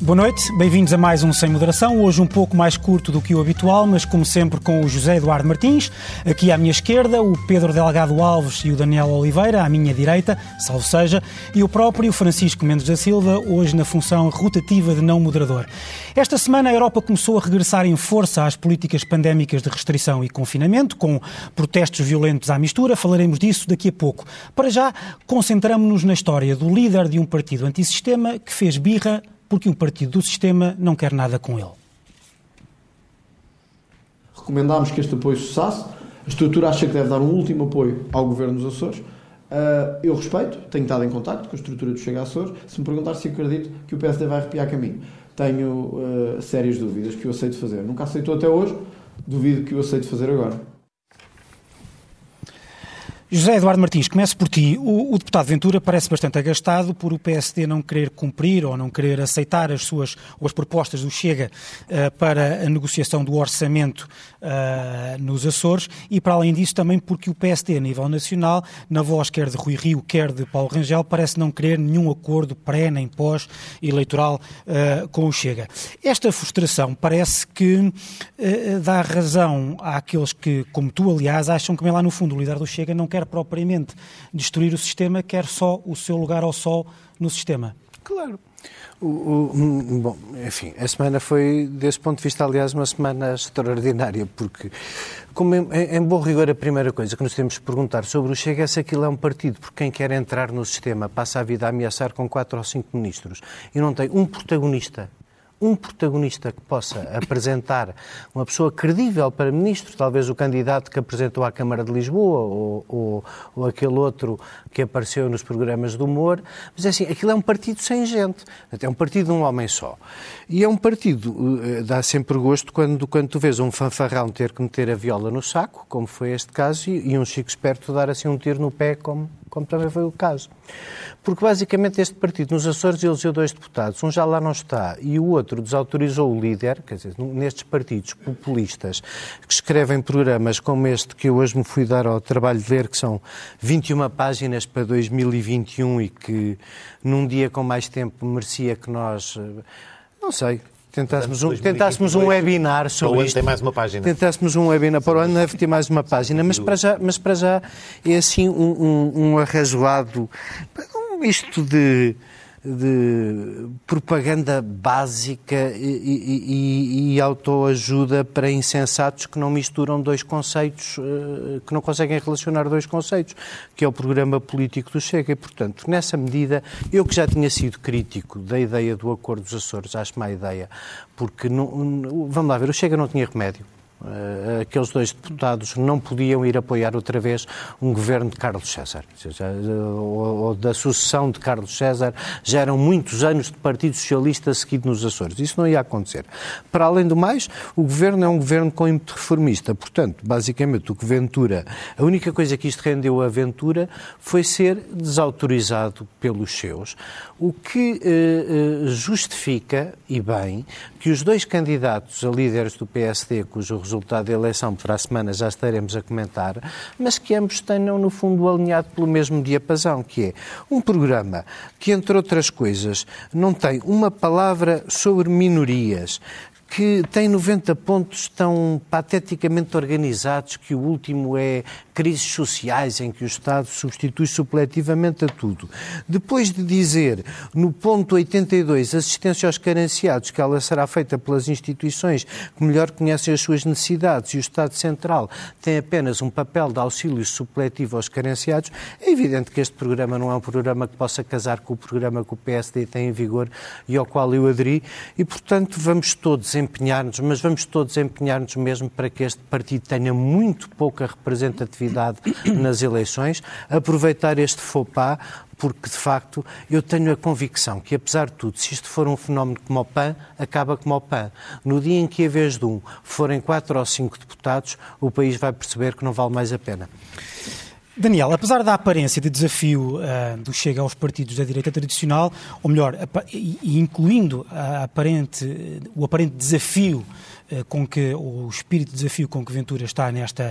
Boa noite, bem-vindos a mais um Sem Moderação, hoje um pouco mais curto do que o habitual, mas como sempre com o José Eduardo Martins, aqui à minha esquerda, o Pedro Delgado Alves e o Daniel Oliveira, à minha direita, salvo seja, e o próprio Francisco Mendes da Silva, hoje na função rotativa de não moderador. Esta semana a Europa começou a regressar em força às políticas pandémicas de restrição e confinamento, com protestos violentos à mistura, falaremos disso daqui a pouco. Para já, concentramo-nos na história do líder de um partido antissistema que fez birra porque um partido do sistema não quer nada com ele. Recomendámos que este apoio cessasse. A estrutura acha que deve dar um último apoio ao Governo dos Açores. Eu respeito, tenho estado em contacto com a estrutura do Chega Açores. Se me perguntar se acredito que o PSD vai arrepiar caminho, tenho sérias dúvidas que o aceito fazer. Nunca aceitou até hoje, duvido que o aceito fazer agora. José Eduardo Martins, começo por ti. O deputado Ventura parece bastante agastado por o PSD não querer cumprir ou não querer aceitar as propostas do Chega para a negociação do orçamento nos Açores e, para além disso, também porque o PSD, a nível nacional, na voz quer de Rui Rio, quer de Paulo Rangel, parece não querer nenhum acordo pré nem pós-eleitoral com o Chega. Esta frustração parece que dá razão àqueles que, como tu, aliás, acham que, bem lá no fundo, o líder do Chega não quer propriamente destruir o sistema, quer só o seu lugar ao sol no sistema. Claro. Bom, enfim, a semana foi, desse ponto de vista, aliás, uma semana extraordinária, porque, como em bom rigor, a primeira coisa que nos temos que perguntar sobre o Chega é se aquilo é um partido, porque quem quer entrar no sistema passa a vida a ameaçar com 4 ou 5 ministros e não tem um protagonista que possa apresentar uma pessoa credível para ministro, talvez o candidato que apresentou à Câmara de Lisboa ou aquele outro que apareceu nos programas de humor, mas é assim, aquilo é um partido sem gente, é um partido de um homem só. E é um partido, dá sempre gosto quando tu vês um fanfarrão ter que meter a viola no saco, como foi este caso, e um chico esperto dar assim um tiro no pé, como também foi o caso. Porque basicamente este partido nos Açores elegeu 2 deputados, um já lá não está e o outro desautorizou o líder, quer dizer, nestes partidos populistas que escrevem programas como este que eu hoje me fui dar ao trabalho de ler, que são 21 páginas para 2021 e que num dia com mais tempo merecia que nós, não sei, tentássemos um webinar sobre isto. Tem mais uma página. Tentássemos um webinar para o ano, deve ter mais uma página, mas para já é assim um arrazoado, isto de propaganda básica e autoajuda para insensatos que não misturam 2 conceitos, que não conseguem relacionar 2 conceitos, que é o programa político do Chega. E, portanto, nessa medida, eu que já tinha sido crítico da ideia do Acordo dos Açores, acho má ideia, porque, vamos lá ver, o Chega não tinha remédio. Aqueles 2 deputados não podiam ir apoiar outra vez um governo de Carlos César, ou da sucessão de Carlos César. Já eram muitos anos de Partido Socialista seguido nos Açores. Isso não ia acontecer. Para além do mais, o governo é um governo com ímpeto reformista. Portanto, basicamente, o que Ventura, a única coisa que isto rendeu a Ventura foi ser desautorizado pelos seus, o que justifica, e bem, que os 2 candidatos a líderes do PSD, cujo resultado da eleição para a semana já estaremos a comentar, mas que ambos tenham, no fundo, alinhado pelo mesmo diapasão, que é um programa que, entre outras coisas, não tem uma palavra sobre minorias, que tem 90 pontos tão pateticamente organizados que o último é crises sociais em que o Estado substitui supletivamente a tudo. Depois de dizer, no ponto 82, assistência aos carenciados, que ela será feita pelas instituições que melhor conhecem as suas necessidades e o Estado Central tem apenas um papel de auxílio supletivo aos carenciados, é evidente que este programa não é um programa que possa casar com o programa que o PSD tem em vigor e ao qual eu aderi e, portanto, vamos todos empenhar-nos, mas vamos todos empenhar-nos mesmo para que este partido tenha muito pouca representatividade nas eleições, aproveitar este faux pas, porque, de facto, eu tenho a convicção que, apesar de tudo, se isto for um fenómeno como o PAN, acaba como o PAN. No dia em que, em vez de um, forem 4 ou 5 deputados, o país vai perceber que não vale mais a pena. Daniel, apesar da aparência de desafio do Chega aos partidos da direita tradicional, ou melhor, incluindo o aparente desafio com que o espírito de desafio com que Ventura está nesta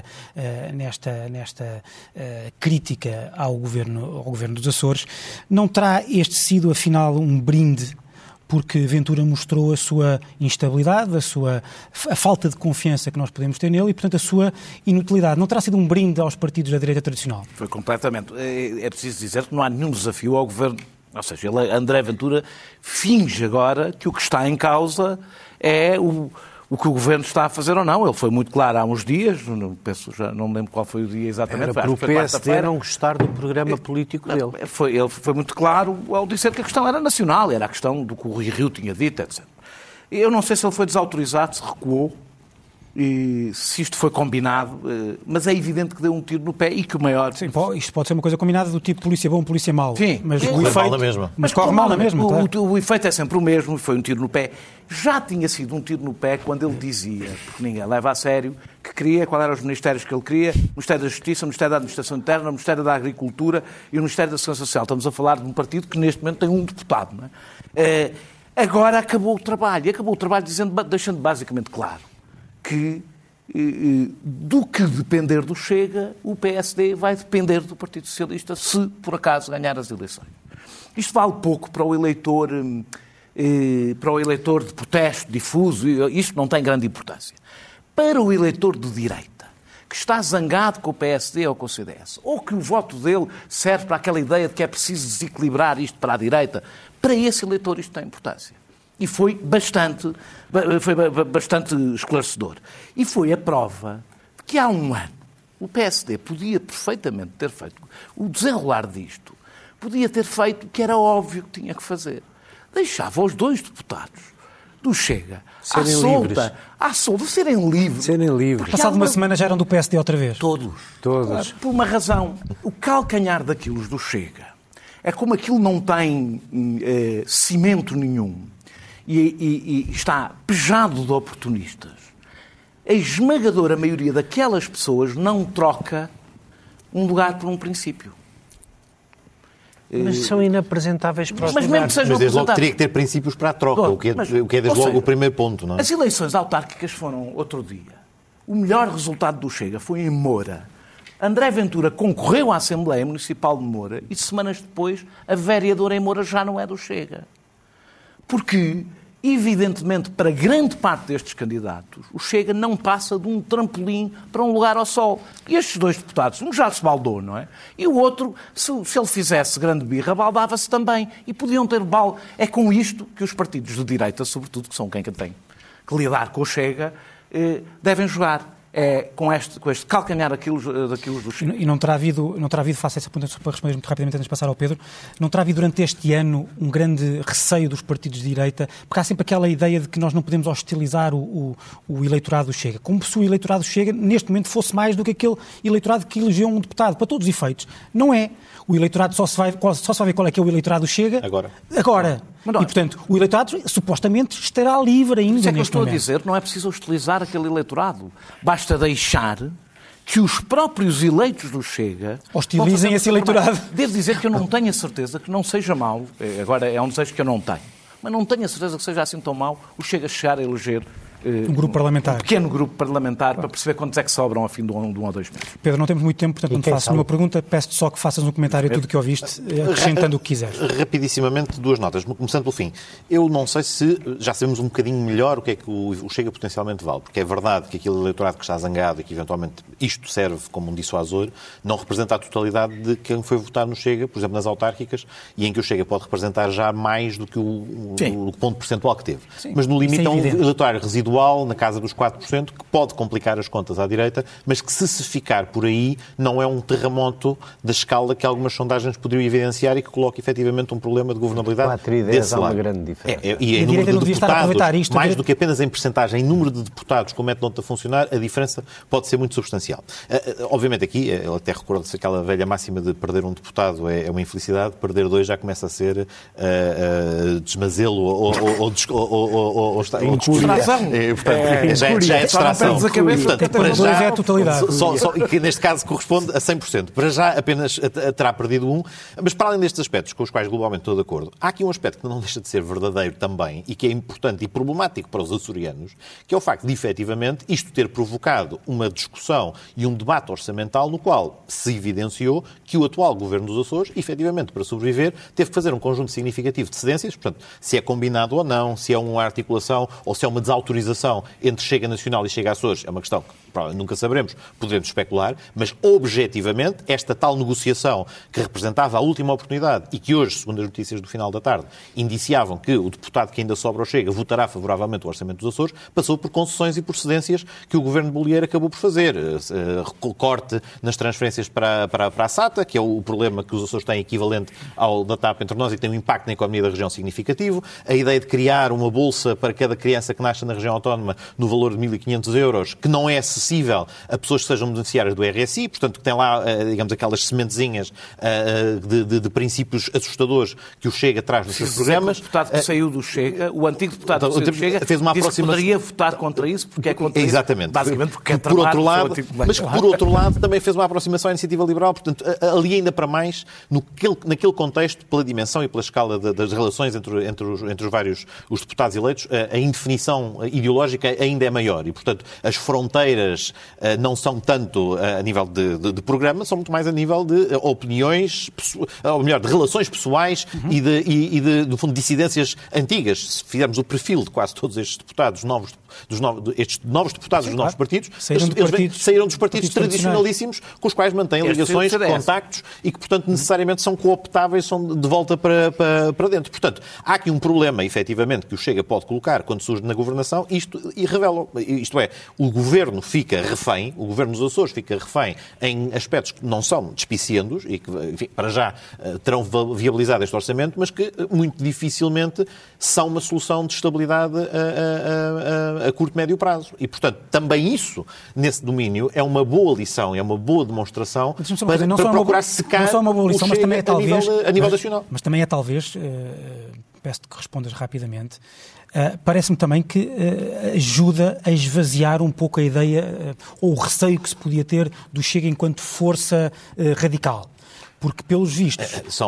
crítica ao governo dos Açores, não terá este sido, afinal, um brinde porque Ventura mostrou a sua instabilidade, a falta de confiança que nós podemos ter nele e, portanto, a sua inutilidade. Não terá sido um brinde aos partidos da direita tradicional? Foi completamente. É preciso dizer que não há nenhum desafio ao governo. Ou seja, André Ventura finge agora que o que está em causa é o que o governo está a fazer ou não. Ele foi muito claro há uns dias, não me lembro qual foi o dia exatamente. Era para o PSD não gostar do programa político dele. Ele foi muito claro ao dizer que a questão era nacional, era a questão do que o Rui Rio tinha dito, etc. Eu não sei se ele foi desautorizado, se recuou, e se isto foi combinado, mas é evidente que deu um tiro no pé e que o maior... Sim, isto pode ser uma coisa combinada do tipo polícia bom, polícia mau. Sim, mas o efeito... mal na mesma. Mas corre mal na mesma. O efeito é sempre o mesmo, foi um tiro no pé. Já tinha sido um tiro no pé quando ele dizia, porque ninguém leva a sério, que queria, qual eram os ministérios que ele queria, o Ministério da Justiça, o Ministério da Administração Interna, o Ministério da Agricultura e o Ministério da Segurança Social. Estamos a falar de um partido que neste momento tem um deputado. Não é? Agora acabou o trabalho, deixando basicamente claro que do que depender do Chega, o PSD vai depender do Partido Socialista se, por acaso, ganhar as eleições. Isto vale pouco para o eleitor de protesto difuso, isto não tem grande importância. Para o eleitor de direita, que está zangado com o PSD ou com o CDS, ou que o voto dele serve para aquela ideia de que é preciso desequilibrar isto para a direita, para esse eleitor isto tem importância. E foi bastante esclarecedor. E foi a prova de que há um ano o PSD podia perfeitamente ter feito o desenrolar disto, podia ter feito o que era óbvio que tinha que fazer. Deixava os dois deputados do Chega à solta, serem livres. Passado uma semana já eram do PSD outra vez. Todos. Por uma razão. O calcanhar daquilo do Chega é como aquilo não tem cimento nenhum. E está pejado de oportunistas. A esmagadora maioria daquelas pessoas não troca um lugar por um princípio. Mas são inapresentáveis para os lugares. Mas desde logo teria que ter princípios para a troca, o que é desde logo o primeiro ponto. Não é? As eleições autárquicas foram outro dia. O melhor resultado do Chega foi em Moura. André Ventura concorreu à Assembleia Municipal de Moura e semanas depois a vereadora em Moura já não é do Chega. Porque, evidentemente, para grande parte destes candidatos, o Chega não passa de um trampolim para um lugar ao sol. E estes dois deputados, um já se baldou, não é? E o outro, se ele fizesse grande birra, baldava-se também. E podiam ter balde. É com isto que os partidos de direita, sobretudo, que são quem tem que lidar com o Chega, devem jogar. Com este calcanhar daquilo do Chega. E não terá havido, faço essa pergunta para responder muito rapidamente antes de passar ao Pedro, não terá havido durante este ano um grande receio dos partidos de direita, porque há sempre aquela ideia de que nós não podemos hostilizar o eleitorado do Chega, como se o eleitorado do Chega neste momento fosse mais do que aquele eleitorado que elegeu um deputado, para todos os efeitos. Não é. O eleitorado só se vai ver qual é que é o eleitorado do Chega agora. E, portanto, o eleitorado supostamente estará livre ainda neste momento. Estou a dizer, não é preciso hostilizar aquele eleitorado. Basta deixar que os próprios eleitos do Chega hostilizem esse eleitorado. Devo dizer que eu não tenho a certeza que não seja mau, agora é um desejo que eu não tenho, mas não tenho a certeza que seja assim tão mau o Chega chegar a eleger um grupo parlamentar. Um pequeno grupo parlamentar, para perceber quantos é que sobram ao fim de um ou 2 meses. Pedro, não temos muito tempo, portanto não te faço nenhuma pergunta. Peço-te só que faças um comentário a tudo o que ouviste, acrescentando o que quiseres. Rapidissimamente, 2 notas. Começando pelo fim. Eu não sei se já sabemos um bocadinho melhor o que é que o Chega potencialmente vale, porque é verdade que aquele eleitorado que está zangado e que eventualmente isto serve como um dissuasor, não representa a totalidade de quem foi votar no Chega, por exemplo, nas autárquicas, e em que o Chega pode representar já mais do que o ponto percentual que teve. Sim. Mas no limite é um eleitorado residual, na casa dos 4%, que pode complicar as contas à direita, mas que se ficar por aí não é um terremoto da escala que algumas sondagens poderiam evidenciar e que coloca efetivamente um problema de governabilidade 4 e 10 há uma grande diferença. E em número de deputados, mais do que apenas em percentagem, em número de deputados com o método a funcionar, a diferença pode ser muito substancial. Obviamente aqui, ele até recorda-se aquela velha máxima de perder um deputado é uma infelicidade, perder 2 já começa a ser desmazê-lo ou Portanto, já é distração. Portanto, para já é a totalidade. Que neste caso corresponde a 100%. Para já apenas terá perdido um. Mas para além destes aspectos, com os quais globalmente estou de acordo, há aqui um aspecto que não deixa de ser verdadeiro também e que é importante e problemático para os açorianos, que é o facto de, efetivamente, isto ter provocado uma discussão e um debate orçamental no qual se evidenciou que o atual governo dos Açores, efetivamente, para sobreviver, teve que fazer um conjunto significativo de cedências, portanto, se é combinado ou não, se é uma articulação ou se é uma desautorização entre Chega Nacional e Chega Açores, é uma questão que provavelmente nunca saberemos, poderemos especular, mas objetivamente esta tal negociação que representava a última oportunidade e que hoje, segundo as notícias do final da tarde, indiciavam que o deputado que ainda sobra ao Chega votará favoravelmente o Orçamento dos Açores, passou por concessões e por cedências que o governo Bolieiro acabou por fazer. Corte nas transferências para a SATA, que é o problema que os Açores têm equivalente ao da TAP entre nós e que tem um impacto na economia da região significativo. A ideia de criar uma bolsa para cada criança que nasce na região autónoma no valor de 1.500 euros, que não é acessível a pessoas que sejam beneficiárias do RSI, portanto, que tem lá, digamos, aquelas sementezinhas de princípios assustadores que o Chega traz nos seus programas. O deputado que saiu do Chega, o antigo deputado que saiu do Chega, fez uma disse que poderia votar contra isso, porque é contra isso. Exatamente. Basicamente porque é por outro lado, mas que, por outro lado, também fez uma aproximação à iniciativa liberal, portanto, ali ainda para mais, naquele contexto, pela dimensão e pela escala das relações entre os vários os deputados eleitos, a indefinição ideológica ainda é maior e, portanto, as fronteiras não são tanto a nível de programa, são muito mais a nível de opiniões, ou melhor, de relações pessoais e no fundo, dissidências antigas. Se fizermos o perfil de quase todos estes deputados estes novos deputados dos novos partidos, saíram dos partidos tradicionalíssimos com os quais mantêm ligações, contactos e que, portanto, necessariamente são cooptáveis, são de volta para dentro. Portanto, há aqui um problema, efetivamente, que o Chega pode colocar quando surge na governação e revela. Isto é, o governo fica refém, o governo dos Açores fica refém em aspectos que não são despiciendos e que, enfim, para já terão viabilizado este orçamento, mas que muito dificilmente são uma solução de estabilidade a curto e médio prazo. E, portanto, também isso, nesse domínio, é uma boa lição, é uma boa demonstração para procurar secar não só uma boa lição, mas também é talvez a nível nacional. Mas também é talvez, peço-te que respondas rapidamente, parece-me também que ajuda a esvaziar um pouco a ideia ou o receio que se podia ter do Chega enquanto força radical. Porque, pelos vistos,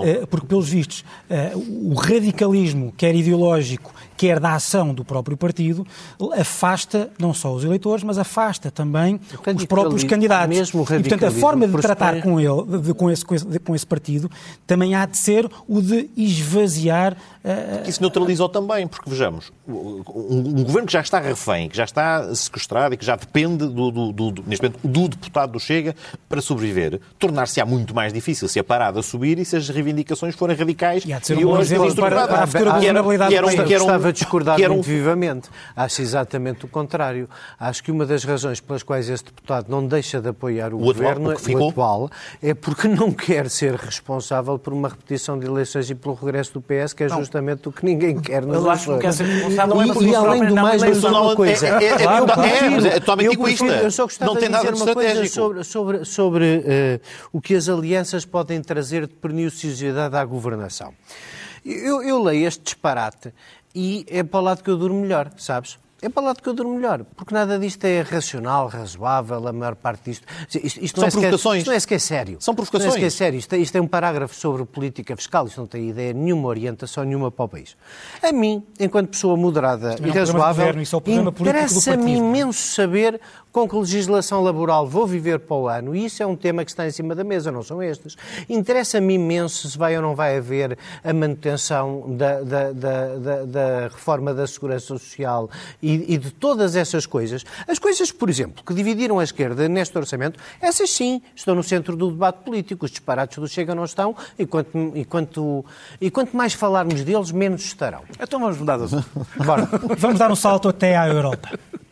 o radicalismo, quer ideológico, quer da ação do próprio partido, afasta não só os eleitores, mas afasta também os próprios candidatos. E, portanto, a forma de tratar com esse partido também há de ser o de esvaziar... Isso neutralizou também, porque, vejamos, um governo que já está refém, que já está sequestrado e que já depende neste momento, do deputado do Chega para sobreviver, tornar-se-á muito mais difícil se a parada subir e se as reivindicações forem radicais e há de ser um bom exemplo para a futura governabilidade do país. Gostava de discordar muito vivamente. Acho exatamente o contrário. Acho que uma das razões pelas quais esse deputado não deixa de apoiar o governo atual é porque não quer ser responsável por uma repetição de eleições e pelo regresso do PS, que é justamente o que ninguém quer nas eleições. Eu acho que quer ser responsável e além do mais, mas uma coisa. É totalmente egoísta. Eu só gostava de dizer uma coisa sobre o que as alianças podem trazer de perniciosidade à governação. Eu leio este disparate e é para o lado que eu durmo melhor, sabes? É para o lado que eu durmo melhor, porque nada disto é racional, razoável, a maior parte disto... Isto são provocações. Isto não é sequer sério. São provocações. Não é sequer sério. Isto é um parágrafo sobre política fiscal, isto não tem ideia nenhuma, orientação nenhuma para o país. A mim, enquanto pessoa moderada e razoável, interessa-me imenso saber com que legislação laboral vou viver para o ano, e isso é um tema que está em cima da mesa, não são estes. Interessa-me imenso se vai ou não vai haver a manutenção da reforma da segurança social e de todas essas coisas. As coisas, por exemplo, que dividiram a esquerda neste orçamento, essas sim estão no centro do debate político. Os disparates do Chega não estão e quanto mais falarmos deles, menos estarão. Então vamos mudar de assunto. Vamos dar um salto até à Europa.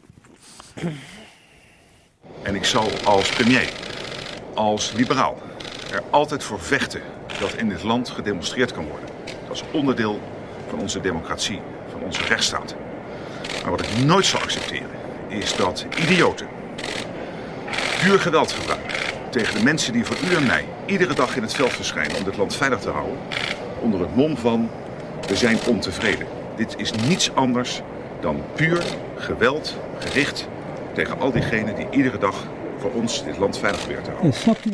En ik zal als premier, als liberaal, altijd voor vechten dat in dit land gedemonstreerd kan worden. Dat is onderdeel van onze democratie, van onze rechtsstaat. Maar wat ik nooit zal accepteren, is dat idioten puur geweld gebruiken tegen de mensen die voor u en mij iedere dag in het veld verschijnen om dit land veilig te houden, onder het mom van we zijn ontevreden. Dit is niets anders dan puur geweld gericht tegen al diegenen die iedere dag voor ons dit land veilig proberen te houden.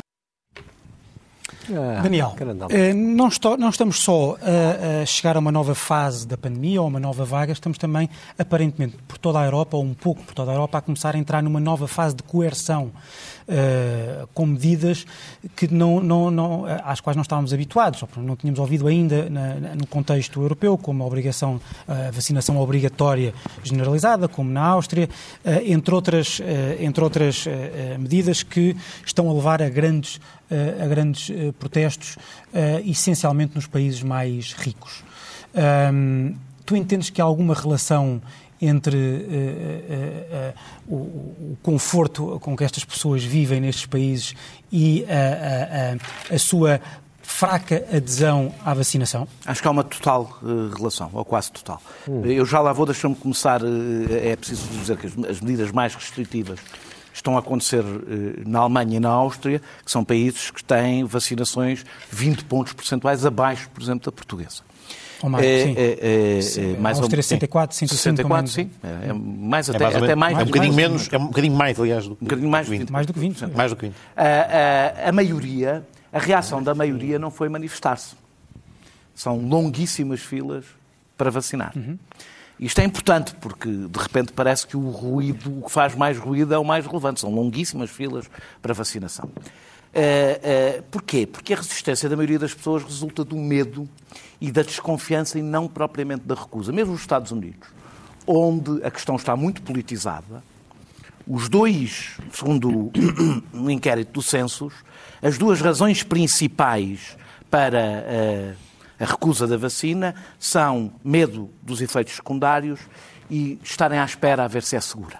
Daniel, não estamos só a chegar a uma nova fase da pandemia ou uma nova vaga, estamos também, aparentemente, por toda a Europa, ou um pouco por toda a Europa, a começar a entrar numa nova fase de coerção, com medidas que às quais não estávamos habituados, ou não tínhamos ouvido ainda no contexto europeu, como a vacinação obrigatória generalizada, como na Áustria, entre outras medidas que estão a levar a grandes protestos, essencialmente nos países mais ricos. Tu entendes que há alguma relação entre o conforto com que estas pessoas vivem nestes países e a sua fraca adesão à vacinação? Acho que há uma total relação, ou quase total. Eu já lá vou, deixa-me começar. É preciso dizer que as medidas mais restritivas estão a acontecer na Alemanha e na Áustria, que são países que têm vacinações 20 pontos percentuais abaixo, por exemplo, da portuguesa. Ou mais, sim. Mais Áustria 64, 64, sim. É mais até mais. É um bocadinho menos, é um bocadinho mais, aliás, do que 20. Mais do que 20. Mais do que 20. A reação da maioria não foi manifestar-se. São longuíssimas filas para vacinar. Isto é importante porque, de repente, parece que o que faz mais ruído é o mais relevante. São longuíssimas filas para vacinação. Porquê? Porque a resistência da maioria das pessoas resulta do medo e da desconfiança e não propriamente da recusa. Mesmo nos Estados Unidos, onde a questão está muito politizada, os dois, segundo o inquérito do Census, as duas razões principais para a recusa da vacina são medo dos efeitos secundários e estarem à espera a ver se é segura.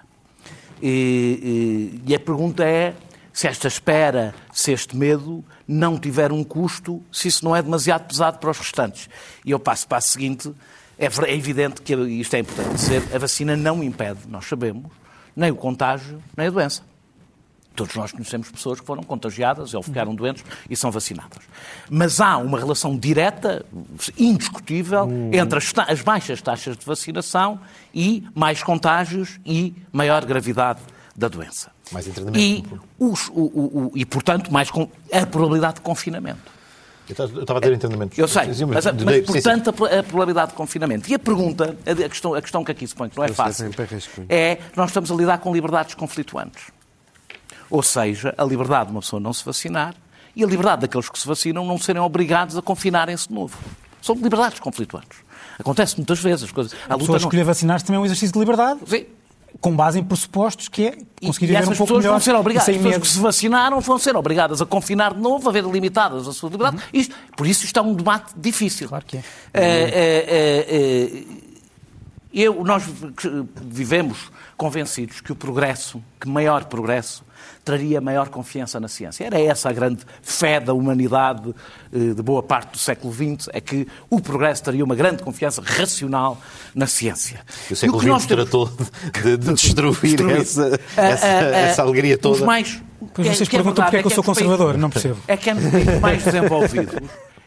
E a pergunta é se esta espera, se este medo não tiver um custo, se isso não é demasiado pesado para os restantes. E eu passo para a seguinte, é evidente que isto é importante dizer, a vacina não impede, nós sabemos, nem o contágio, nem a doença. Todos nós conhecemos pessoas que foram contagiadas ou ficaram doentes e são vacinadas. Mas há uma relação direta, indiscutível, entre as baixas taxas de vacinação e mais contágios e maior gravidade da doença. Mais internamento. E portanto, a probabilidade de confinamento. Eu estava a ter entendimento. Eu sei, mas portanto, a probabilidade de confinamento. E a pergunta, a questão que aqui se põe, que não é fácil, é nós estamos a lidar com liberdades conflituantes. Ou seja, a liberdade de uma pessoa não se vacinar e a liberdade daqueles que se vacinam não serem obrigados a confinarem-se de novo. São liberdades conflituantes. Acontece muitas vezes. A pessoa escolher vacinar-se também é um exercício de liberdade. Sim. Com base em pressupostos que é conseguir viver um pouco melhor. Vão ser obrigadas, as pessoas que se vacinaram vão ser obrigadas a confinar de novo, a ver limitadas a sua liberdade. Por isso isto é um debate difícil. Claro que é. Nós vivemos convencidos que que maior progresso, traria maior confiança na ciência. Era essa a grande fé da humanidade de boa parte do século XX, é que o progresso traria uma grande confiança racional na ciência. E o século XX tratou de destruir essa alegria toda. Pois vocês perguntam porque é que eu sou conservador, não percebo. É que é nos países mais desenvolvidos,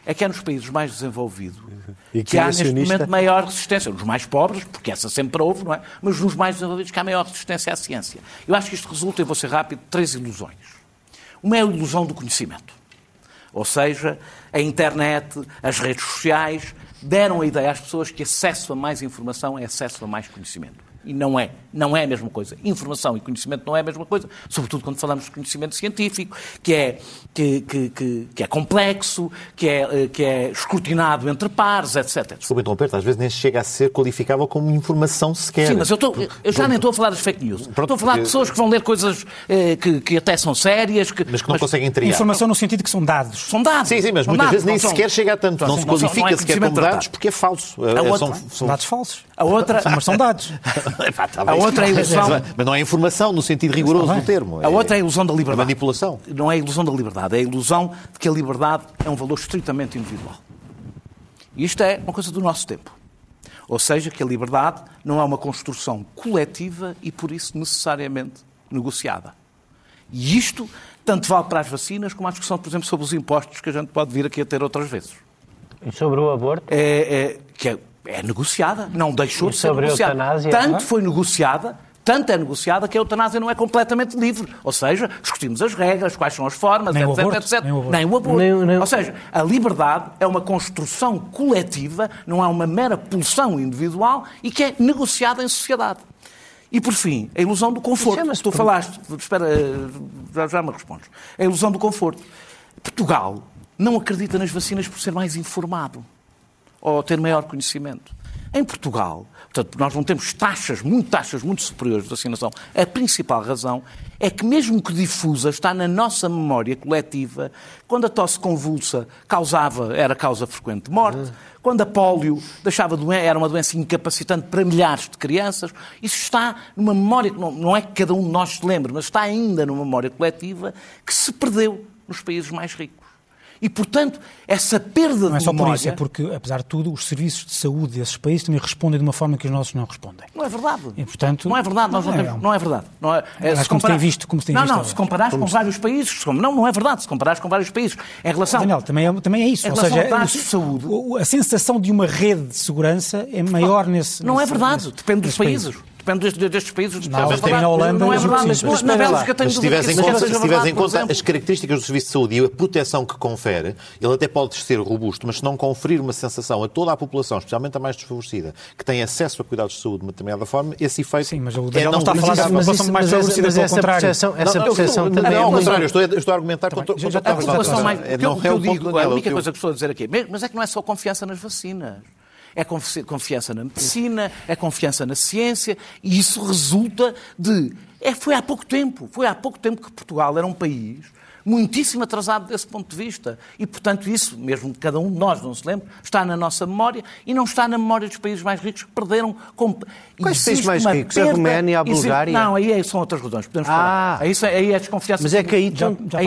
que há neste momento maior resistência. Nos mais pobres, porque essa sempre houve, não é? Mas nos mais desenvolvidos que há maior resistência à ciência. Eu acho que isto resulta, eu vou ser rápido, de 3 ilusões. Uma é a ilusão do conhecimento. Ou seja, a internet, as redes sociais deram a ideia às pessoas que acesso a mais informação é acesso a mais conhecimento. E não é a mesma coisa. Informação e conhecimento não é a mesma coisa, sobretudo quando falamos de conhecimento científico, que é complexo, que é escrutinado entre pares, etc. Desculpa interromper-te, às vezes nem chega a ser qualificável como informação sequer. Sim, mas eu já nem estou a falar das fake news. Estou a falar de pessoas que vão ler coisas que até são sérias. Mas que não conseguem triar. Informação no sentido que são dados. São dados. Sim, mas muitas vezes nem sequer chega a tanto. Não se qualifica sequer como dados porque é falso. São dados falsos. Mas são dados. A outra é a ilusão... Mas não é informação no sentido rigoroso do termo. A outra é a ilusão da liberdade. A manipulação. Não é a ilusão da liberdade, é a ilusão de que a liberdade é um valor estritamente individual. E isto é uma coisa do nosso tempo. Ou seja, que a liberdade não é uma construção coletiva e, por isso, necessariamente negociada. E isto tanto vale para as vacinas como a discussão, por exemplo, sobre os impostos, que a gente pode vir aqui a ter outras vezes. E sobre o aborto? É negociada, não deixou de ser sobre negociada. eutanásia, Tanto foi negociada, tanto é negociada que a eutanásia não é completamente livre. Ou seja, discutimos as regras, quais são as formas, nem etc, aborto, etc. Nem o aborto. Ou seja, a liberdade é uma construção coletiva, não é uma mera pulsão individual e que é negociada em sociedade. E, por fim, a ilusão do conforto. Tu falaste, espera, já me respondes. A ilusão do conforto. Portugal não acredita nas vacinas por ser mais informado ou ter maior conhecimento. Em Portugal, portanto, nós não temos taxas muito superiores de vacinação. A principal razão é que, mesmo que difusa, está na nossa memória coletiva, quando a tosse convulsa era causa frequente de morte, quando a pólio era uma doença incapacitante para milhares de crianças. Isso está numa memória que não é que cada um de nós se lembre, mas está ainda numa memória coletiva que se perdeu nos países mais ricos. E, portanto, essa perda de memória... Não é só por isso, é porque, apesar de tudo, os serviços de saúde desses países também respondem de uma forma que os nossos não respondem. Não é verdade. E, portanto, não é verdade. Não é verdade. Como se tem visto. Se comparares com vários países... Não é verdade. Se comparares com vários países... Em relação... Daniel, também é isso. Em Ou relação seja, a dados de saúde... A sensação de uma rede de segurança é maior nesse... Não é verdade. Depende dos países. Depende destes países. Na Holanda, não é verdade. mas na Bélgica tem dúvida se tiveres em conta as características do Serviço de Saúde e a proteção que confere, ele até pode ser robusto, mas se não conferir uma sensação a toda a população, especialmente a mais desfavorecida, que tem acesso a cuidados de saúde de uma determinada forma, esse efeito... Sim, mas o Daniel não está a falar da população mais desfavorecida, pelo contrário. Essa percepção também é ao contrário. Estou a argumentar contra a população mais... A única coisa que estou a dizer aqui, mas é que não é só confiança nas vacinas. É confiança na medicina, é confiança na ciência, e isso resulta de... Foi há pouco tempo que Portugal era um país muitíssimo atrasado desse ponto de vista. E, portanto, isso, mesmo que cada um de nós não se lembre, está na nossa memória e não está na memória dos países mais ricos que perderam... Quais países mais ricos? A Roménia, a Bulgária? Não, aí são outras razões. Podemos falar. Aí é desconfiança. Mas é que aí...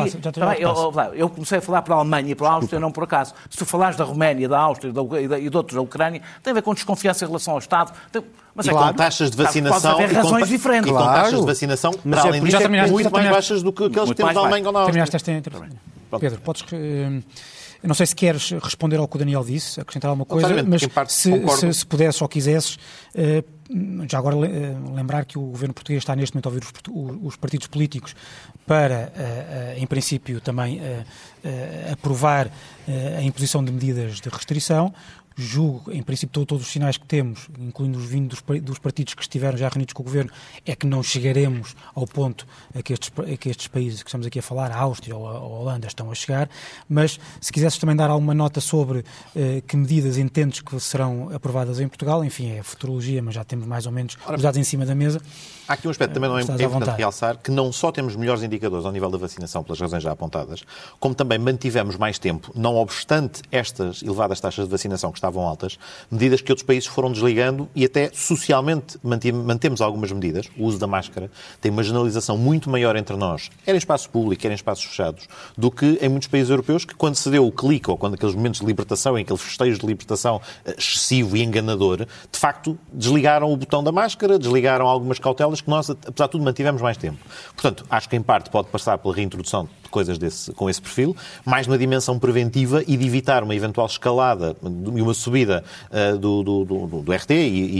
Eu comecei a falar para a Alemanha e para a Áustria, não por acaso. Se tu falares da Roménia, da Áustria e de outros da Ucrânia, tem a ver com desconfiança em relação ao Estado. Mas com taxas de vacinação... Pode haver razões diferentes. E com taxas de vacinação, para além disso, muito mais baixas do que aqueles que temos na Alemanha ou na Áustria. Pedro, podes... Eu não sei se queres responder ao que o Daniel disse, acrescentar alguma coisa, mas se pudesses ou quisesses, já agora lembrar que o governo português está neste momento a ouvir os partidos políticos para, em princípio, também aprovar a imposição de medidas de restrição. Julgo, em princípio, todos os sinais que temos, incluindo os vindos dos partidos que estiveram já reunidos com o Governo, é que não chegaremos ao ponto a que estes países que estamos aqui a falar, a Áustria ou a Holanda, estão a chegar. Mas, se quisesses também dar alguma nota sobre que medidas entendes que serão aprovadas em Portugal, enfim, é futurologia, mas já temos mais ou menos os dados em cima da mesa. Há aqui um aspecto também não é importante realçar, que não só temos melhores indicadores ao nível da vacinação, pelas razões já apontadas, como também mantivemos mais tempo, não obstante estas elevadas taxas de vacinação que estavam altas, medidas que outros países foram desligando e até socialmente mantemos algumas medidas. O uso da máscara tem uma generalização muito maior entre nós, quer em espaço público, quer em espaços fechados, do que em muitos países europeus que, quando se deu o clique ou quando aqueles momentos de libertação, em aqueles festejos de libertação excessivo e enganador, de facto desligaram o botão da máscara, desligaram algumas cautelas que nós, apesar de tudo, mantivemos mais tempo. Portanto, acho que em parte pode passar pela reintrodução de coisas com esse perfil, mais numa dimensão preventiva e de evitar uma eventual escalada e uma subida do RT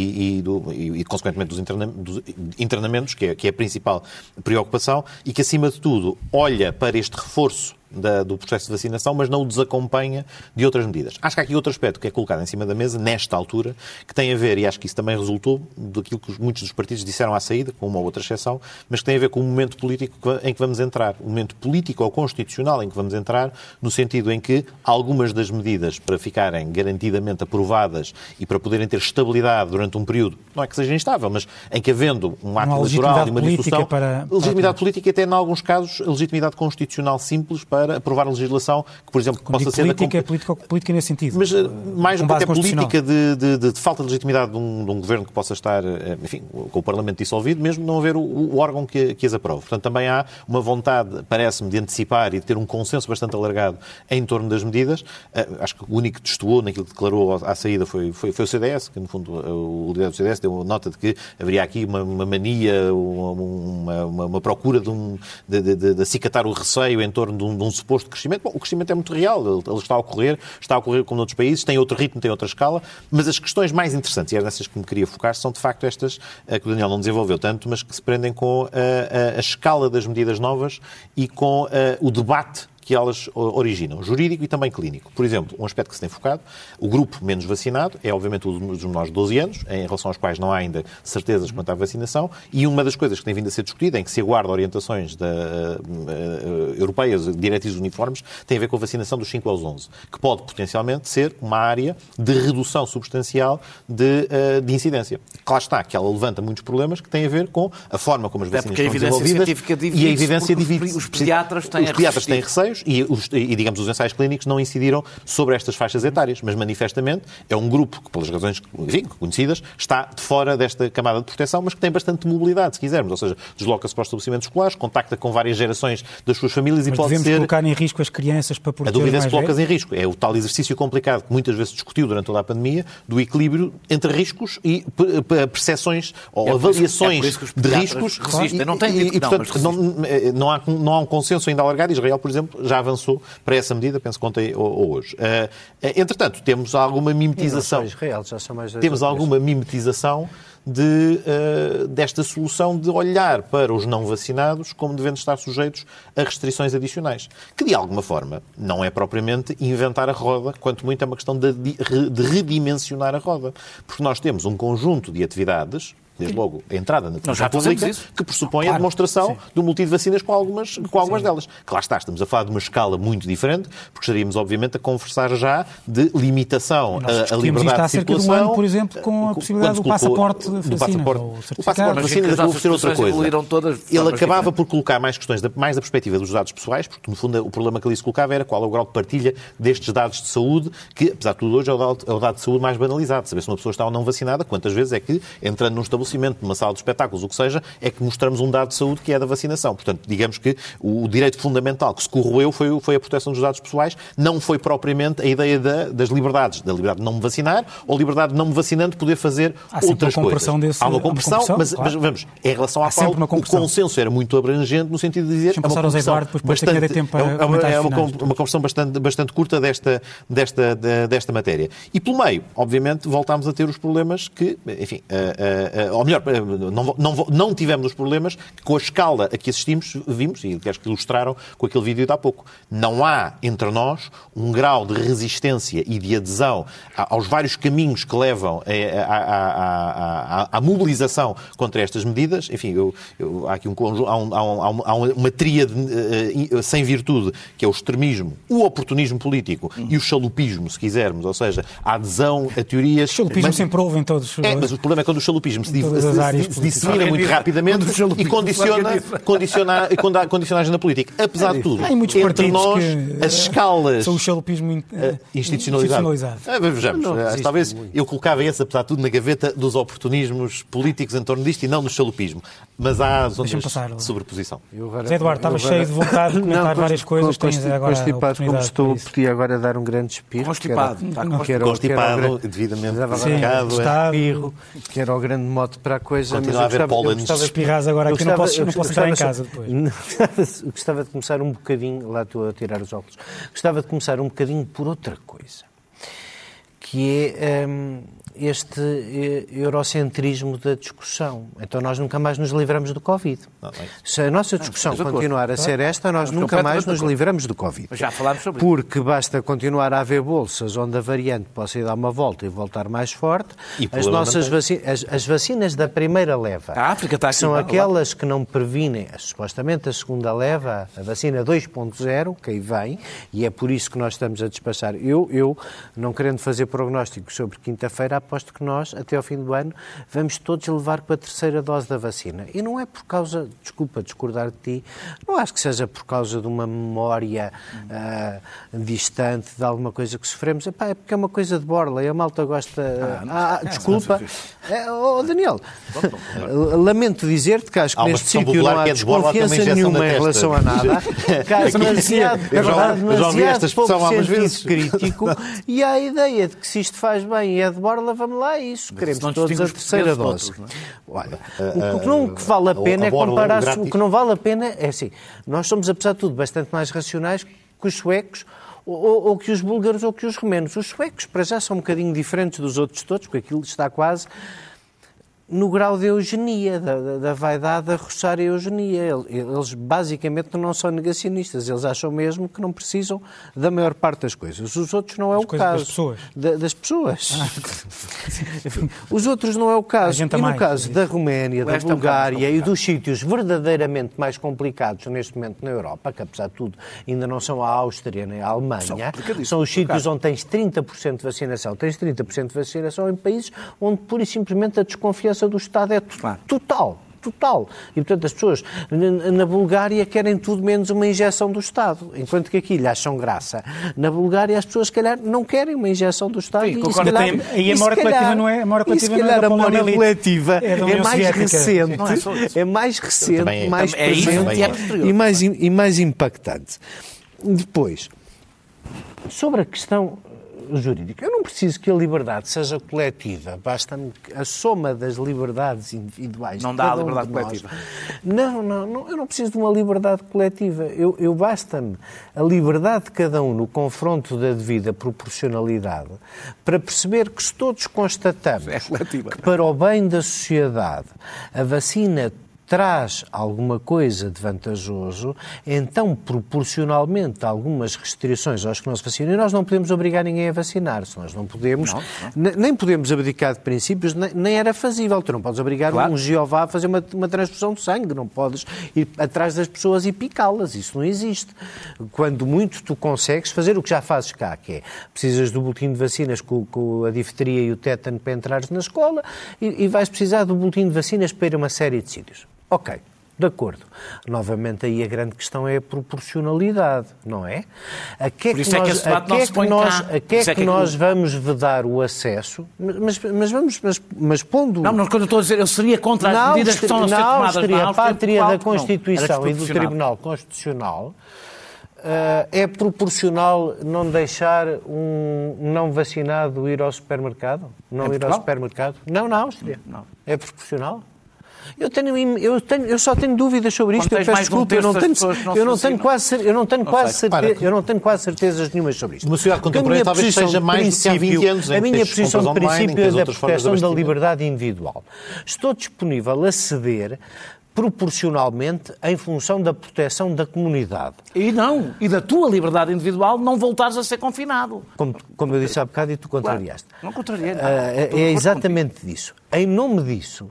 e consequentemente dos internamentos, que é a principal preocupação, e que, acima de tudo, olha para este reforço do processo de vacinação, mas não o desacompanha de outras medidas. Acho que há aqui outro aspecto que é colocado em cima da mesa, nesta altura, que tem a ver, e acho que isso também resultou daquilo que muitos dos partidos disseram à saída, com uma ou outra exceção, mas que tem a ver com o momento político em que vamos entrar. O momento político ou constitucional em que vamos entrar, no sentido em que algumas das medidas, para ficarem garantidamente aprovadas e para poderem ter estabilidade durante um período, não é que seja instável, mas em que, havendo um ato eleitoral e uma discussão, legitimidade política e até, em alguns casos, a legitimidade constitucional simples para aprovar a legislação que, por exemplo, possa ser... Política nesse sentido. Mas mais do que até política de falta de legitimidade de um governo que possa estar, enfim, com o Parlamento dissolvido, mesmo não haver o órgão que as aprove. Portanto, também há uma vontade, parece-me, de antecipar e de ter um consenso bastante alargado em torno das medidas. Acho que o único que destoou naquilo que declarou à saída foi o CDS, que, no fundo, o líder do CDS deu nota de que haveria aqui uma mania, uma procura de acicatar o receio em torno de um um suposto crescimento. Bom, o crescimento é muito real, ele está a ocorrer como noutros países, tem outro ritmo, tem outra escala, mas as questões mais interessantes, e é nessas que me queria focar, são de facto estas que o Daniel não desenvolveu tanto, mas que se prendem com a escala das medidas novas e com o debate que elas originam, jurídico e também clínico. Por exemplo, um aspecto que se tem focado, o grupo menos vacinado é, obviamente, o dos menores de 12 anos, em relação aos quais não há ainda certezas quanto à vacinação, e uma das coisas que tem vindo a ser discutida, em que se aguarda orientações europeias, diretrizes uniformes, tem a ver com a vacinação dos 5 aos 11, que pode potencialmente ser uma área de redução substancial de incidência. Lá está, que ela levanta muitos problemas que têm a ver com a forma como as vacinas são desenvolvidas e a evidência divide-se. Os pediatras têm receios e, digamos, os ensaios clínicos não incidiram sobre estas faixas etárias, mas manifestamente é um grupo que, pelas razões conhecidas, está de fora desta camada de proteção, mas que tem bastante mobilidade, se quisermos, ou seja, desloca-se para os estabelecimentos escolares, contacta com várias gerações das suas famílias mas e pode ser... devemos colocar em risco as crianças para proteger A dúvida é se mais colocas velhos? em risco. É o tal exercício complicado que muitas vezes discutiu durante toda a pandemia, do equilíbrio entre riscos e percepções ou avaliações de riscos. Resistem, não têm e portanto, não há um consenso ainda alargado. Israel, por exemplo, já avançou para essa medida, penso que ontem ou hoje. Entretanto, temos alguma mimetização. Israel, já são mais temos alguma mimetização desta solução de olhar para os não vacinados como devendo estar sujeitos a restrições adicionais. Que, de alguma forma, não é propriamente inventar a roda, quanto muito é uma questão de redimensionar a roda. Porque nós temos um conjunto de atividades, desde logo a entrada na televisão pública, que pressupõe a demonstração do multi de vacinas com algumas delas. Que lá está, estamos a falar de uma escala muito diferente, porque estaríamos, obviamente, a conversar já de limitação à liberdade de circulação. De um ano, por exemplo, com a possibilidade do passaporte de vacinas. O passaporte de vacinas acabou por ser outra coisa. Ele acabava por colocar mais questões, mais da perspectiva dos dados pessoais, porque, no fundo, o problema que ali se colocava era qual é o grau de partilha destes dados de saúde, que, apesar de tudo, hoje é o dado de saúde mais banalizado. Saber se uma pessoa está ou não vacinada, quantas vezes é que, entrando num estabelecimento, numa sala de espetáculos, o que seja, é que mostramos um dado de saúde que é da vacinação. Portanto, digamos que o direito fundamental que se corroeu foi a proteção dos dados pessoais, não foi propriamente a ideia das liberdades, da liberdade de não me vacinar ou liberdade de não me vacinando poder fazer outras coisas. Há uma compressão, mas vamos, em relação à qual o consenso era muito abrangente no sentido de dizer... É uma compressão bastante curta desta matéria. E pelo meio, obviamente, voltámos a ter os problemas que, enfim... ou melhor, não tivemos os problemas que com a escala a que assistimos, vimos, e acho que ilustraram com aquele vídeo de há pouco. Não há entre nós um grau de resistência e de adesão aos vários caminhos que levam à mobilização contra estas medidas. Enfim, há aqui um conjunto, há uma tríade sem virtude, que é o extremismo, o oportunismo político e o chalupismo, se quisermos, ou seja, a adesão a teorias... O chalupismo sempre houve em todos os... mas o problema é quando o chalupismo se dissemina muito rapidamente e condiciona a agenda política. Apesar de tudo, entre nós, as escalas... São o chalupismo institucionalizado. Vejamos, talvez eu colocava esse, apesar de tudo, na gaveta dos oportunismos políticos em torno disto e não do chalupismo. Mas há zonas de sobreposição. Zé Eduardo, estava cheio de vontade de comentar várias coisas. Como podia agora dar um grande espirro. Constipado, devidamente marcado, que era o grande mote para a coisa. Continua a haver pólen. Espirras agora que não posso entrar em casa depois. Gostava de começar um bocadinho, lá estou a tirar os óculos, gostava de começar um bocadinho por outra coisa, que é este eurocentrismo da discussão. Então nós nunca mais nos livramos do Covid. Se a nossa discussão continuar a ser esta, nós nunca mais nos livramos do Covid. Já falámos sobre isso. Porque basta continuar a haver bolsas onde a variante possa ir dar uma volta e voltar mais forte. As vacinas da primeira leva, a África está aqui, são aquelas que não previnem, supostamente a segunda leva, a vacina 2.0, que aí vem, e é por isso que nós estamos a despachar. Eu não querendo fazer prognósticos sobre quinta-feira, aposto que nós, até ao fim do ano, vamos todos levar com a terceira dose da vacina. E não é por causa, desculpa discordar de ti, não acho que seja por causa de uma memória distante de alguma coisa que sofremos. É porque é uma coisa de borla e a malta gosta... desculpa. Daniel, lamento dizer-te que acho que neste sítio não há desconfiança nenhuma em relação a nada. Que há demasiado pouco sentido crítico e há a ideia de que se isto faz bem e é de borla, espanhola, vamos lá a isso. Queremos não todos a terceira dose. Outros, não é? Olha, o que vale a pena é comparar... O que não vale a pena é assim, nós somos, apesar de tudo, bastante mais racionais que os suecos, ou que os búlgaros, ou que os romenos. Os suecos, para já, são um bocadinho diferentes dos outros todos, porque aquilo está quase no grau de eugenia, da vaidade a roçar a eugenia. Eles basicamente não são negacionistas, eles acham mesmo que não precisam da maior parte das coisas. Os outros não é o caso. Das pessoas. Das pessoas. Enfim, os outros não é o caso. E no caso da Roménia, da Bulgária e dos sítios verdadeiramente mais complicados neste momento na Europa, que apesar de tudo ainda não são a Áustria nem a Alemanha, são os sítios onde tens 30% de vacinação. Tens 30% de vacinação em países onde pura e simplesmente a desconfiança do Estado é total. E, portanto, as pessoas na Bulgária querem tudo menos uma injeção do Estado, enquanto que aqui lhe acham graça. Na Bulgária as pessoas, se calhar, não querem uma injeção do Estado. Sim, e a memória coletiva não é a memória coletiva. E se calhar a memória coletiva é mais recente, mais presente e mais impactante. Depois, sobre a questão jurídica, eu não preciso que a liberdade seja coletiva, basta-me a soma das liberdades individuais. Não dá a liberdade coletiva. Não, eu não preciso de uma liberdade coletiva. Eu basta-me a liberdade de cada um no confronto da devida proporcionalidade para perceber que se todos constatamos que para o bem da sociedade a vacina traz alguma coisa de vantajoso, então, proporcionalmente, algumas restrições aos que não se vacinam, e nós não podemos obrigar ninguém a vacinar-se, nós não podemos, nem podemos abdicar de princípios, nem era fazível. Tu não podes obrigar um Jeová a fazer uma transfusão de sangue, não podes ir atrás das pessoas e picá-las, isso não existe. Quando muito tu consegues fazer o que já fazes cá, que é, precisas do boletim de vacinas com a difteria e o tétano para entrares na escola e vais precisar do boletim de vacinas para ir a uma série de sítios. Ok, de acordo. Novamente aí a grande questão é a proporcionalidade, não é? A que é que nós vamos vedar o acesso? Mas pondo... Não, quando eu estou a dizer, eu seria contra as medidas que estão a ser tomadas na Áustria. A pátria da Constituição e do Tribunal Constitucional, é proporcional não deixar um não vacinado ir ao supermercado? Ir ao supermercado? Não, na Áustria. Não. É proporcional? Eu só tenho dúvidas sobre isto. Eu peço desculpa, eu não tenho quase certezas nenhumas sobre isto. Uma sociedade contemporânea talvez seja mais do que há 20 anos. A minha posição de princípio é da proteção da liberdade individual. Estou disponível a ceder proporcionalmente em função da proteção da comunidade. E da tua liberdade individual não voltares a ser confinado. Como eu disse há bocado e tu contrariaste. Claro, não contrariei. É exatamente disso. Em nome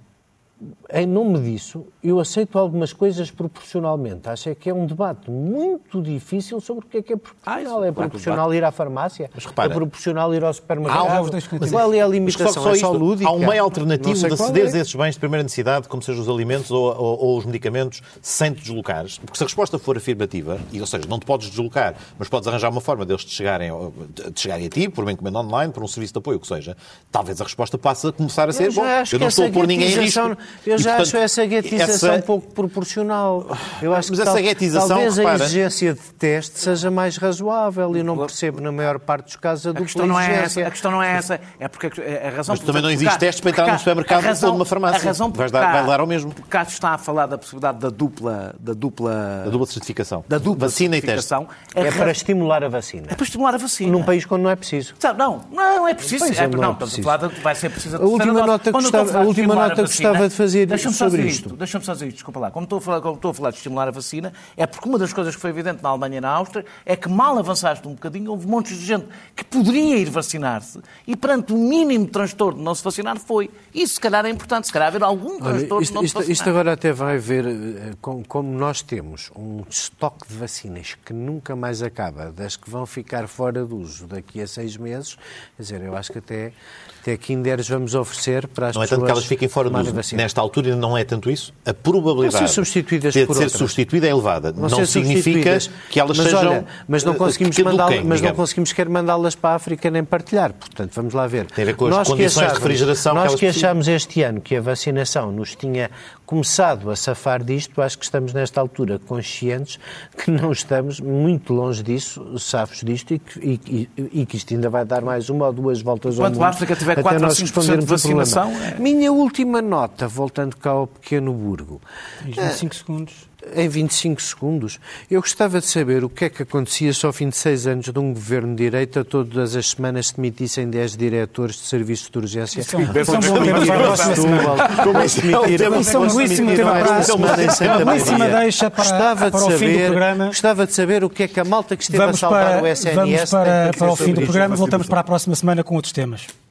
disso, eu aceito algumas coisas proporcionalmente. Acho que é um debate muito difícil sobre o que é proporcional. É proporcional ir à farmácia? É proporcional ir ao supermercado? Qual é a limitação? É só lúdica? Há um meio alternativo de cederes esses bens de primeira necessidade, como sejam os alimentos ou os medicamentos, sem te deslocares. Porque se a resposta for afirmativa, ou seja, não te podes deslocar, mas podes arranjar uma forma deles te chegarem a ti, por uma encomenda online, por um serviço de apoio, o que seja, talvez a resposta passe a começar a ser, eu não estou a pôr ninguém em risco. Eu já acho essa guetização um pouco proporcional. Eu acho que talvez a exigência de teste seja mais razoável e não percebo, na maior parte dos casos, a dupla exigência. A questão não é essa. É porque a razão... Mas também não existe testes para entrar no supermercado ou numa farmácia. Vai dar ao mesmo. Porque cá está a falar da possibilidade da dupla certificação. Da dupla vacina certificação. É para estimular a vacina. É para estimular a vacina. Num país quando não é preciso. Não é preciso. Vai ser preciso a última nota que gostava de fazer sobre isto. Deixa-me só dizer isto, desculpa lá. Como estou a falar de estimular a vacina, é porque uma das coisas que foi evidente na Alemanha e na Áustria é que mal avançaste um bocadinho, houve montes de gente que poderia ir vacinar-se e perante o mínimo transtorno de não se vacinar foi. Isso se calhar é importante, se calhar haver algum transtorno de não se vacinar. Isto agora até vai ver, como nós temos um estoque de vacinas que nunca mais acaba, das que vão ficar fora de uso daqui a 6 meses, quer dizer, eu acho que até quinderes vamos oferecer para as pessoas... Não é tanto que elas fiquem fora de uso nesta altura ainda não é tanto isso, a probabilidade de ser substituída é elevada. Não significa que elas sejam... Mas não conseguimos querer mandá-las para a África nem partilhar. Portanto, vamos lá ver. Tem a ver com as condições de refrigeração. Nós que achámos este ano que a vacinação nos tinha começado a safar disto, acho que estamos nesta altura conscientes que não estamos muito longe disso, safos disto, e que isto ainda vai dar mais uma ou duas voltas ao mundo. Enquanto a África tiver 4 ou 5% de vacinação... Minha última nota, voltando cá ao Pequeno Burgo. 25 segundos. Em 25 segundos. Eu gostava de saber o que é que acontecia se ao fim de 6 anos de um governo de direita todas as semanas se demitissem 10 diretores de serviços de urgência. Isso é um bom tema para a próxima semana. Isso é um belíssimo tema para a semana. Uma belíssima deixa para o fim do programa. Gostava de saber o que é que a malta que esteve a salvar o SNS... Vamos para o fim do programa. Voltamos para a próxima semana com outros temas.